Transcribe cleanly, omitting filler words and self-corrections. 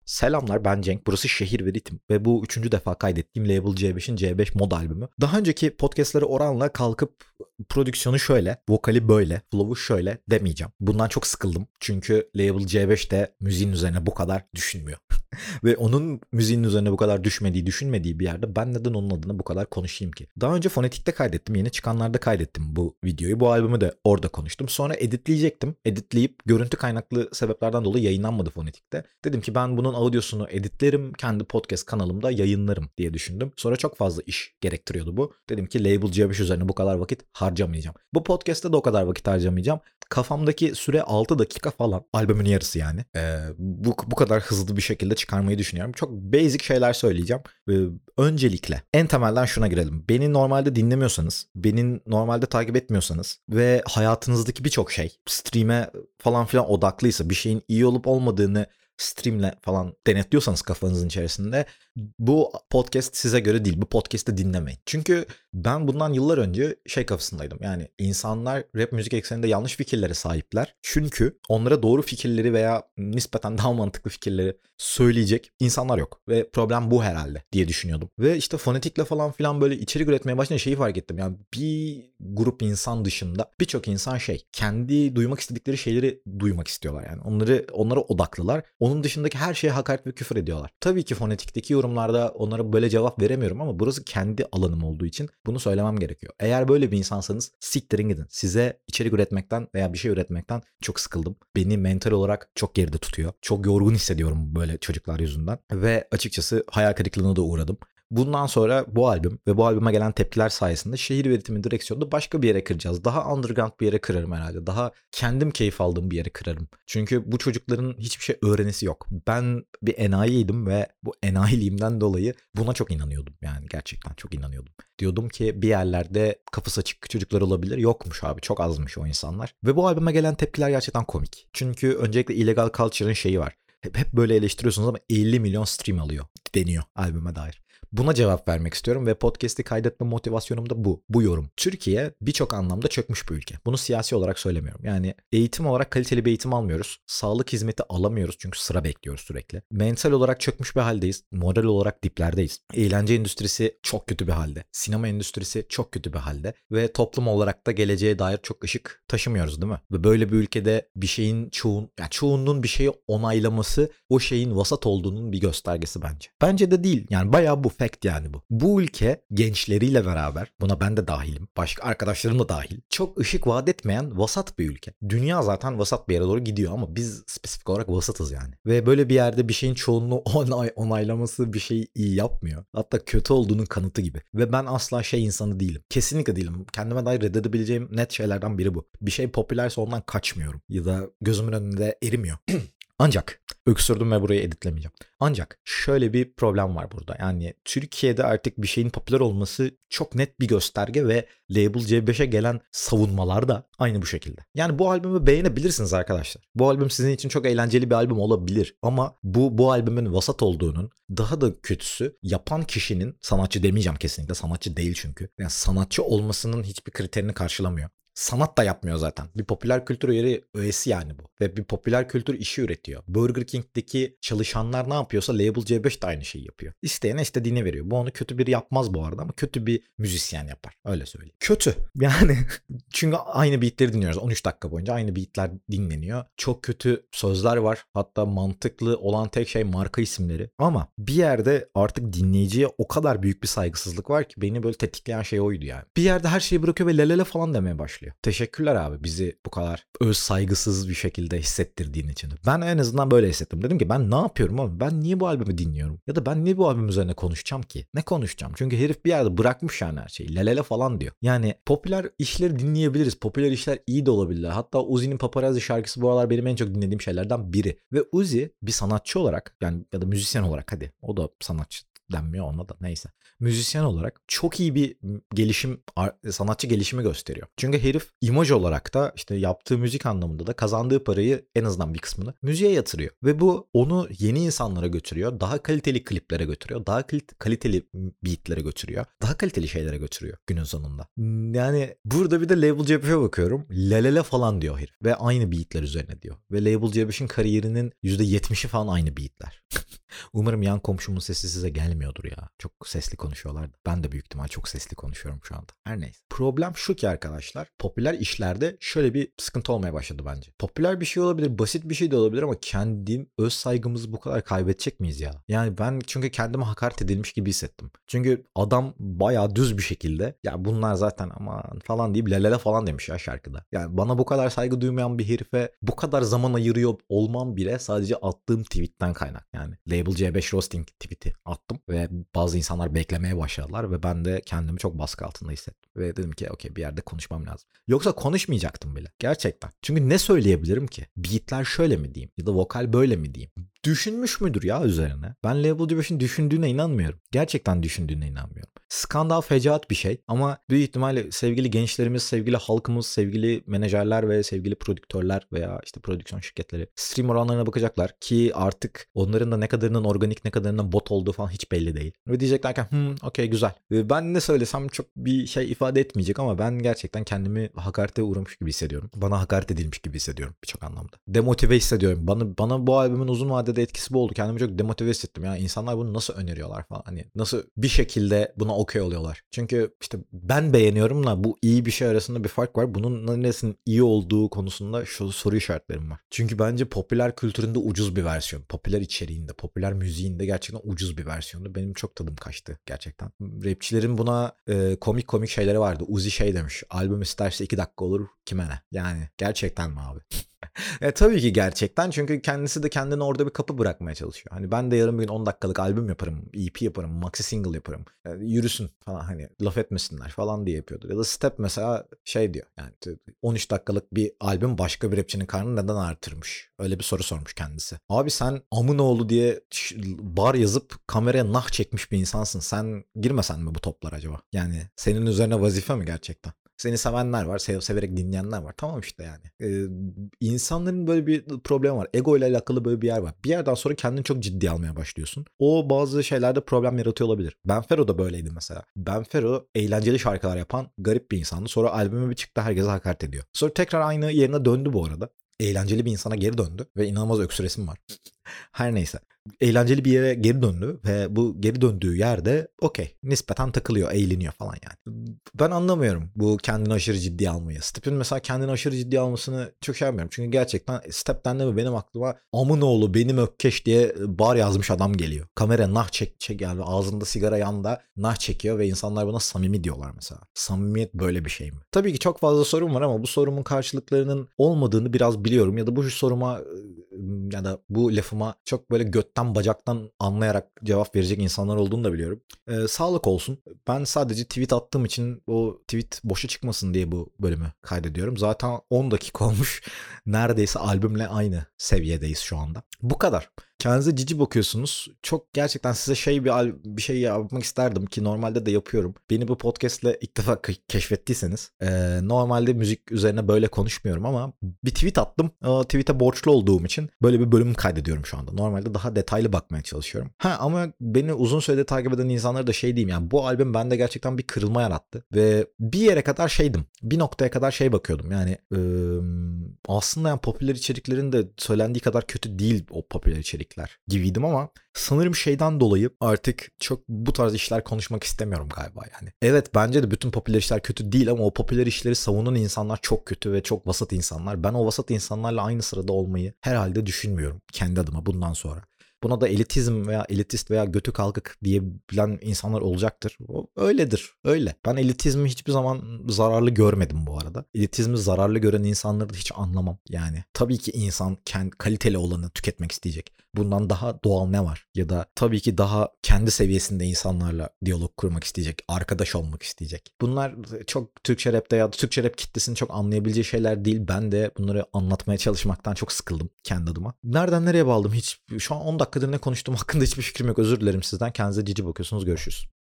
Selamlar, ben Cenk. Burası Şehir ve Ritim ve bu 3. defa kaydettiğim Label C5'in C5 mod albümü. Daha önceki podcastları oranla kalkıp prodüksiyonu şöyle, vokali böyle, flow'u şöyle demeyeceğim. Bundan çok sıkıldım. Çünkü Label C5 de müziğin üzerine bu kadar düşünmüyor. Ve onun müziğin üzerine bu kadar düşünmediği bir yerde ben neden onun adına bu kadar konuşayım ki? Daha önce Fonetik'te kaydettim. Yeni çıkanlarda kaydettim bu videoyu. Bu albümü de orada konuştum. Sonra editleyecektim. Editleyip görüntü kaynaklı sebeplerden dolayı yayınlanmadı Fonetik'te. Dedim ki ben bunun audiosunu editlerim, kendi podcast kanalımda yayınlarım diye düşündüm. Sonra çok fazla iş gerektiriyordu bu. Dedim ki Label C5 üzerine bu kadar vakit harcamayacağım. Bu podcast'te de o kadar vakit harcamayacağım. Kafamdaki süre 6 dakika falan. Albümün yarısı yani. Bu kadar hızlı bir şekilde çıkarmayı düşünüyorum. Çok basic şeyler söyleyeceğim. Öncelikle en temelden şuna girelim. Beni normalde dinlemiyorsanız, beni normalde takip etmiyorsanız ve hayatınızdaki birçok şey stream'e falan filan odaklıysa, bir şeyin iyi olup olmadığını stream'le falan denetliyorsanız kafanızın içerisinde, bu podcast size göre değil. Bu podcast'ı dinlemeyin. Çünkü ben bundan yıllar önce kafasındaydım. Yani insanlar rap müzik ekseninde yanlış fikirlere sahipler. Çünkü onlara doğru fikirleri veya nispeten daha mantıklı fikirleri söyleyecek insanlar yok. Ve problem bu herhalde diye düşünüyordum. Ve işte Fonetik'le falan filan böyle içerik üretmeye başlayınca şeyi fark ettim. Yani bir grup insan dışında birçok insan kendi duymak istedikleri şeyleri duymak istiyorlar. Yani onlara odaklılar. Onun dışındaki her şeye hakaret ve küfür ediyorlar. Tabii ki Fonetik'teki yorumlarda onlara böyle cevap veremiyorum ama burası kendi alanım olduğu için bunu söylemem gerekiyor. Eğer böyle bir insansanız siktirin gidin. Size içerik üretmekten veya bir şey üretmekten çok sıkıldım. Beni mental olarak çok geride tutuyor. Çok yorgun hissediyorum böyle çocuklar yüzünden. Ve açıkçası hayal kırıklığına da uğradım. Bundan sonra bu albüm ve bu albüme gelen tepkiler sayesinde Şehir ve Ritim'in direksiyonunu başka bir yere kıracağız. Daha underground bir yere kırarım herhalde. Daha kendim keyif aldığım bir yere kırarım. Çünkü bu çocukların hiçbir şey öğrenisi yok. Ben bir enayiydim ve bu enayiliğimden dolayı buna çok inanıyordum. Yani gerçekten çok inanıyordum. Diyordum ki bir yerlerde kafası açık çocuklar olabilir. Yokmuş abi, çok azmış o insanlar. Ve bu albüme gelen tepkiler gerçekten komik. Çünkü öncelikle Illegal Culture'ın şeyi var. Hep böyle eleştiriyorsunuz ama 50 milyon stream alıyor deniyor albüme dair. Buna cevap vermek istiyorum ve podcast'i kaydetme motivasyonum da bu. Bu yorum. Türkiye birçok anlamda çökmüş bir ülke. Bunu siyasi olarak söylemiyorum. Yani eğitim olarak kaliteli bir eğitim almıyoruz. Sağlık hizmeti alamıyoruz çünkü sıra bekliyoruz sürekli. Mental olarak çökmüş bir haldeyiz. Moral olarak diplerdeyiz. Eğlence endüstrisi çok kötü bir halde. Sinema endüstrisi çok kötü bir halde. Ve toplum olarak da geleceğe dair çok ışık taşımıyoruz, değil mi? Ve böyle bir ülkede bir şeyin çoğunluğun bir şeyi onaylaması o şeyin vasat olduğunun bir göstergesi bence. Bence de değil. Yani bayağı bu. Fact yani bu. Bu ülke gençleriyle beraber, buna ben de dahilim, başka arkadaşlarım da dahil, çok ışık vaat etmeyen vasat bir ülke. Dünya zaten vasat bir yere doğru gidiyor ama biz spesifik olarak vasatız yani. Ve böyle bir yerde bir şeyin çoğunluğu onaylaması bir şeyi iyi yapmıyor. Hatta kötü olduğunun kanıtı gibi. Ve ben asla insanı değilim. Kesinlikle değilim. Kendime dair reddedebileceğim net şeylerden biri bu. Bir şey popülerse ondan kaçmıyorum. Ya da gözümün önünde erimiyor. Ancak öksürdüm ve burayı editlemeyeceğim. Ancak şöyle bir problem var burada. Yani Türkiye'de artık bir şeyin popüler olması çok net bir gösterge ve Label C5'e gelen savunmalar da aynı bu şekilde. Yani bu albümü beğenebilirsiniz arkadaşlar. Bu albüm sizin için çok eğlenceli bir albüm olabilir. Ama bu albümün vasat olduğunun, daha da kötüsü, yapan kişinin, sanatçı demeyeceğim kesinlikle, sanatçı değil çünkü. Yani sanatçı olmasının hiçbir kriterini karşılamıyor. Sanat da yapmıyor zaten. Bir popüler kültür üyesi yani bu. Ve bir popüler kültür işi üretiyor. Burger King'deki çalışanlar ne yapıyorsa Label C5 de aynı şeyi yapıyor. İsteyene istediğini veriyor. Bu onu kötü biri yapmaz bu arada ama kötü bir müzisyen yapar. Öyle söyleyeyim. Kötü. Yani çünkü aynı beatleri dinliyoruz. 13 dakika boyunca aynı beatler dinleniyor. Çok kötü sözler var. Hatta mantıklı olan tek şey marka isimleri. Ama bir yerde artık dinleyiciye o kadar büyük bir saygısızlık var ki beni böyle tetikleyen şey oydu yani. Bir yerde her şeyi bırakıyor ve lelele falan demeye başlıyor. Teşekkürler abi bizi bu kadar öz saygısız bir şekilde hissettirdiğin için. Ben en azından böyle hissettim. Dedim ki ben ne yapıyorum oğlum? Ben niye bu albümü dinliyorum? Ya da ben niye bu albüm üzerine konuşacağım ki? Ne konuşacağım? Çünkü herif bir yerde bırakmış yani her şeyi. Lelele falan diyor. Yani popüler işleri dinleyebiliriz. Popüler işler iyi de olabilirler. Hatta Uzi'nin Paparazzi şarkısı bu aralar benim en çok dinlediğim şeylerden biri. Ve Uzi bir sanatçı olarak yani ya da müzisyen olarak, hadi o da sanatçı denmiyor ona da, neyse. Müzisyen olarak çok iyi bir sanatçı gelişimi gösteriyor. Çünkü herif imaj olarak da işte yaptığı müzik anlamında da kazandığı parayı en azından bir kısmını müziğe yatırıyor. Ve bu onu yeni insanlara götürüyor. Daha kaliteli kliplere götürüyor. Daha kaliteli beatlere götürüyor. Daha kaliteli şeylere götürüyor günün sonunda. Yani burada bir de Label C5'e bakıyorum. Lelele falan diyor herif. Ve aynı beatler üzerine diyor. Ve Label C5'in kariyerinin %70'i falan aynı beatler. Umarım yan komşumun sesi size gelmiyordur ya. Çok sesli konuşuyorlardı. Ben de büyük ihtimal çok sesli konuşuyorum şu anda. Her neyse. Problem şu ki arkadaşlar. Popüler işlerde şöyle bir sıkıntı olmaya başladı bence. Popüler bir şey olabilir, basit bir şey de olabilir ama kendim öz saygımızı bu kadar kaybedecek miyiz ya? Yani ben çünkü kendime hakaret edilmiş gibi hissettim. Çünkü adam bayağı düz bir şekilde ya bunlar zaten aman falan deyip lelele falan demiş ya şarkıda. Yani bana bu kadar saygı duymayan bir herife bu kadar zaman ayırıyor olmam bile sadece attığım tweetten kaynak. Yani Label C5 Roasting tweeti attım ve bazı insanlar beklemeye başladılar ve ben de kendimi çok baskı altında hissettim. Ve dedim ki okey bir yerde konuşmam lazım. Yoksa konuşmayacaktım bile. Gerçekten. Çünkü ne söyleyebilirim ki? Beatler şöyle mi diyeyim? Ya da vokal böyle mi diyeyim? Düşünmüş müdür ya üzerine? Ben Level C5'in düşündüğüne inanmıyorum. Gerçekten düşündüğüne inanmıyorum. Skandal fecaat bir şey ama büyük ihtimalle sevgili gençlerimiz, sevgili halkımız, sevgili menajerler ve sevgili prodüktörler veya işte prodüksiyon şirketleri stream oranlarına bakacaklar ki artık onların da ne kadarının organik ne kadarının bot olduğu falan hiç belli değil. Ve diyecekler ki okey güzel. Ben ne söylesem çok bir şey ifade etmeyecek ama ben gerçekten kendimi hakarete uğramış gibi hissediyorum. Bana hakaret edilmiş gibi hissediyorum birçok anlamda. Demotive hissediyorum. Bana bu albümün uzun vadede etkisi bu oldu. Kendimi çok demotive hissettim. Ya insanlar bunu nasıl öneriyorlar falan. Hani nasıl bir şekilde buna okey oluyorlar. Çünkü işte ben beğeniyorum da bu iyi bir şey arasında bir fark var. Bunun neresinin iyi olduğu konusunda şu soru işaretlerim var. Çünkü bence popüler kültüründe ucuz bir versiyon. Popüler içeriğinde, popüler müziğinde gerçekten ucuz bir versiyonu. Benim çok tadım kaçtı gerçekten. Rapçilerin buna komik şeyleri vardı. Uzi şey demiş. Albüm isterse 2 dakika olur kime ne? Yani gerçekten mi abi? Tabii ki gerçekten çünkü kendisi de kendine orada bir kapı bırakmaya çalışıyor. Hani ben de yarın bir gün 10 dakikalık albüm yaparım, EP yaparım, maxi single yaparım. Yani yürüsün falan hani laf etmesinler falan diye yapıyordu. Ya da Step mesela şey diyor yani 13 dakikalık bir albüm başka bir rapçinin karnını neden artırmış? Öyle bir soru sormuş kendisi. Abi sen Amınoğlu diye bar yazıp kameraya nah çekmiş bir insansın. Sen girmesen mi bu toplar acaba? Yani senin üzerine vazife mi gerçekten? Seni sevenler var, severek dinleyenler var. Tamam işte yani. İnsanların böyle bir problemi var. Ego ile alakalı böyle bir yer var. Bir yerden sonra kendini çok ciddiye almaya başlıyorsun. O bazı şeylerde problem yaratıyor olabilir. Benfero da böyleydi mesela. Benfero eğlenceli şarkılar yapan garip bir insandı. Sonra albümü bir çıktı herkese hakaret ediyor. Sonra tekrar aynı yerine döndü bu arada. Eğlenceli bir insana geri döndü ve inanılmaz öksüresim var. Her neyse. Eğlenceli bir yere geri döndü ve bu geri döndüğü yerde okey nispeten takılıyor, eğleniyor falan yani. Ben anlamıyorum bu kendini aşırı ciddiye almayı. Step'in mesela kendini aşırı ciddiye almasını çok şey yapmıyorum. Çünkü gerçekten Step'ten de mi benim aklıma Amınoğlu benim Ökkeş diye bar yazmış adam geliyor. Kamera nah çek yani ağzında sigara yanında nah çekiyor ve insanlar buna samimi diyorlar mesela. Samimiyet böyle bir şey mi? Tabii ki çok fazla sorum var ama bu sorumun karşılıklarının olmadığını biraz biliyorum ya da bu soruma ya da bu lafıma çok böyle götten bacaktan anlayarak cevap verecek insanlar olduğunu da biliyorum. Sağlık olsun. Ben sadece tweet attığım için o tweet boşa çıkmasın diye bu bölümü kaydediyorum. Zaten 10 dakika olmuş. Neredeyse albümle aynı seviyedeyiz şu anda. Bu kadar. Kendinize cici bakıyorsunuz. Çok gerçekten size bir şey yapmak isterdim ki normalde de yapıyorum. Beni bu podcastle ilk defa keşfettiyseniz normalde müzik üzerine böyle konuşmuyorum ama bir tweet attım. O tweet'e borçlu olduğum için böyle bir bölüm kaydediyorum şu anda. Normalde daha detaylı bakmaya çalışıyorum. Ama beni uzun süredir takip eden insanlara da şey diyeyim yani bu albüm bende gerçekten bir kırılma yarattı ve bir yere kadar şeydim. Bir noktaya kadar bakıyordum. Yani aslında yani popüler içeriklerin de söylendiği kadar kötü değil o popüler içerikler gibiydim ama sanırım şeyden dolayı artık çok bu tarz işler konuşmak istemiyorum galiba yani. Evet bence de bütün popüler işler kötü değil ama o popüler işleri savunan insanlar çok kötü ve çok vasat insanlar. Ben o vasat insanlarla aynı sırada olmayı herhalde düşünmüyorum kendi adıma bundan sonra. Buna da elitizm veya elitist veya götü kalkık diyebilen insanlar olacaktır. O öyledir. Öyle. Ben elitizmi hiçbir zaman zararlı görmedim bu arada. Elitizmi zararlı gören insanları da hiç anlamam. Yani tabii ki insan kaliteli olanı tüketmek isteyecek. Bundan daha doğal ne var? Ya da tabii ki daha kendi seviyesinde insanlarla diyalog kurmak isteyecek. Arkadaş olmak isteyecek. Bunlar çok Türkçe rapte ya da Türkçe rap kitlesinin çok anlayabileceği şeyler değil. Ben de bunları anlatmaya çalışmaktan çok sıkıldım kendi adıma. Nereden nereye bağladım? Şu an 10 dakikadır ne konuştuğum hakkında hiçbir fikrim yok. Özür dilerim sizden. Kendinize cici bakıyorsunuz. Görüşürüz.